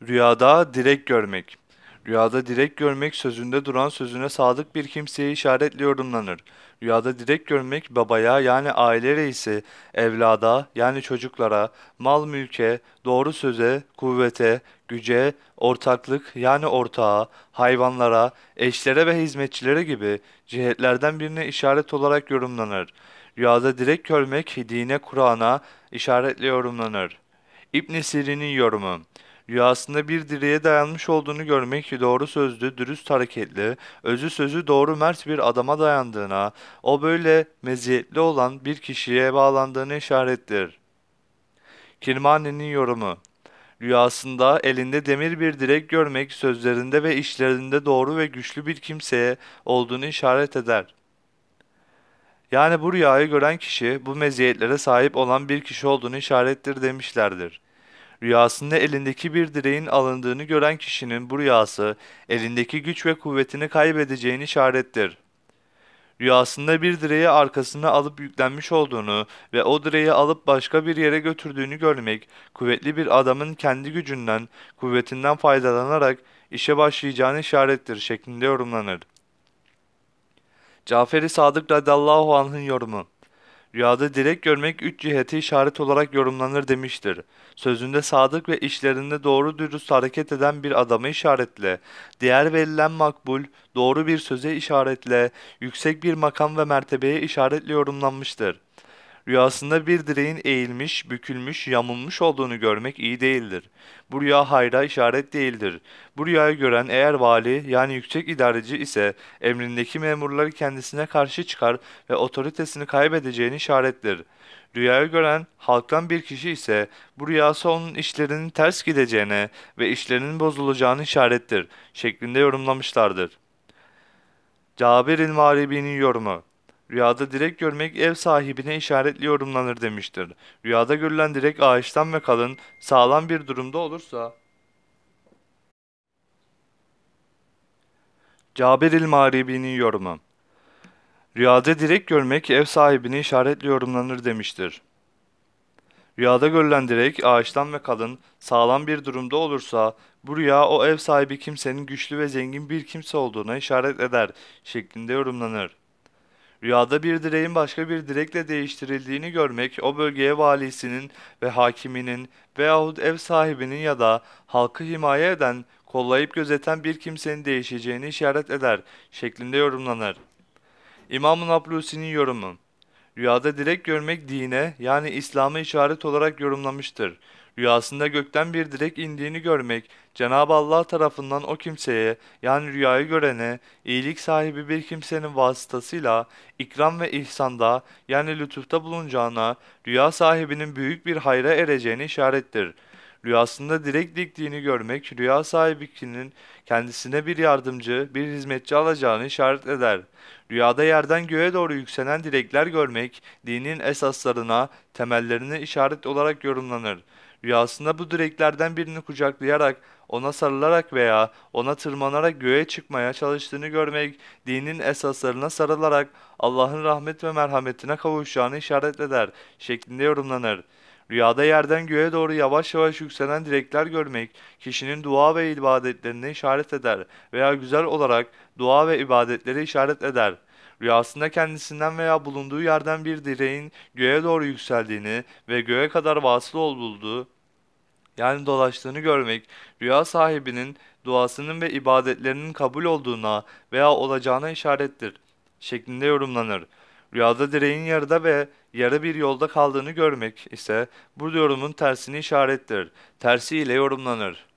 Rüyada direk görmek. Rüyada direk görmek sözünde duran sözüne sadık bir kimseye işaretle yorumlanır. Rüyada direk görmek babaya yani aile reisi, evlada yani çocuklara, mal mülke, doğru söze, kuvvete, güce, ortaklık yani ortağa, hayvanlara, eşlere ve hizmetçilere gibi cihetlerden birine işaret olarak yorumlanır. Rüyada direk görmek dine Kur'an'a işaretle yorumlanır. İbn Sirin'in yorumu. Rüyasında bir direğe dayanmış olduğunu görmek doğru sözlü, dürüst hareketli, özü sözü doğru mert bir adama dayandığına, o böyle meziyetli olan bir kişiye bağlandığını işarettir. Kirmani'nin yorumu. Rüyasında elinde demir bir direk görmek sözlerinde ve işlerinde doğru ve güçlü bir kimseye olduğunu işaret eder. Yani bu rüyayı gören kişi bu meziyetlere sahip olan bir kişi olduğunu işarettir demişlerdir. Rüyasında elindeki bir direğin alındığını gören kişinin bu rüyası elindeki güç ve kuvvetini kaybedeceğini işarettir. Rüyasında bir direği arkasına alıp yüklenmiş olduğunu ve o direği alıp başka bir yere götürdüğünü görmek, kuvvetli bir adamın kendi gücünden, kuvvetinden faydalanarak işe başlayacağını işarettir şeklinde yorumlanır. Cafer-i Sadık radıyallahu anh'ın yorumu. Rüyada direk görmek üç ciheti işaret olarak yorumlanır demiştir. Sözünde sadık ve işlerinde doğru dürüst hareket eden bir adamı işaretle, diğer verilen makbul, doğru bir söze işaretle, yüksek bir makam ve mertebeye işaretle yorumlanmıştır. Rüyasında bir direğin eğilmiş, bükülmüş, yamulmuş olduğunu görmek iyi değildir. Bu rüya hayra işaret değildir. Bu rüyayı gören eğer vali yani yüksek idareci ise emrindeki memurları kendisine karşı çıkar ve otoritesini kaybedeceğini işarettir. Rüyayı gören halktan bir kişi ise bu rüyası onun işlerinin ters gideceğine ve işlerinin bozulacağını işarettir şeklinde yorumlamışlardır. Cabir İl-Mağribi'nin yorumu. Rüyada direk görmek ev sahibine işaretli yorumlanır demiştir. Rüyada görülen direk ağaçtan ve kalın, sağlam bir durumda olursa Cabir İl-Mağribi'nin yorumu. Rüyada direk görmek ev sahibine işaretli yorumlanır demiştir. Rüyada görülen direk ağaçtan ve kalın, sağlam bir durumda olursa bu rüya o ev sahibi kimsenin güçlü ve zengin bir kimse olduğuna işaret eder şeklinde yorumlanır. Rüyada bir direğin başka bir direkle değiştirildiğini görmek, o bölgeye valisinin ve hakiminin veyahut ev sahibinin ya da halkı himaye eden, kollayıp gözeten bir kimsenin değişeceğini işaret eder şeklinde yorumlanır. İmam-ı Nablusi'nin yorumu. Rüyada direk görmek dine yani İslam'a işaret olarak yorumlamıştır. Rüyasında gökten bir direk indiğini görmek, Cenab-ı Allah tarafından o kimseye yani rüyayı görene, iyilik sahibi bir kimsenin vasıtasıyla ikram ve ihsanda yani lütufta bulunacağına, rüya sahibinin büyük bir hayra ereceğini işarettir. Rüyasında direk diktiğini görmek, rüya sahibinin kendisine bir yardımcı, bir hizmetçi alacağını işaret eder. Rüyada yerden göğe doğru yükselen direkler görmek, dinin esaslarına, temellerine işaret olarak yorumlanır. Rüyasında bu direklerden birini kucaklayarak, ona sarılarak veya ona tırmanarak göğe çıkmaya çalıştığını görmek, dinin esaslarına sarılarak Allah'ın rahmet ve merhametine kavuşacağını işaret eder şeklinde yorumlanır. Rüyada yerden göğe doğru yavaş yavaş yükselen direkler görmek, kişinin dua ve ibadetlerine işaret eder veya güzel olarak dua ve ibadetleri işaret eder. Rüyasında kendisinden veya bulunduğu yerden bir direğin göğe doğru yükseldiğini ve göğe kadar vasıl olduğu yani dolaştığını görmek, rüya sahibinin duasının ve ibadetlerinin kabul olduğuna veya olacağına işarettir şeklinde yorumlanır. Rüyada direğin yarıda ve yarı bir yolda kaldığını görmek ise bu yorumun tersini işarettir. Tersi ile yorumlanır.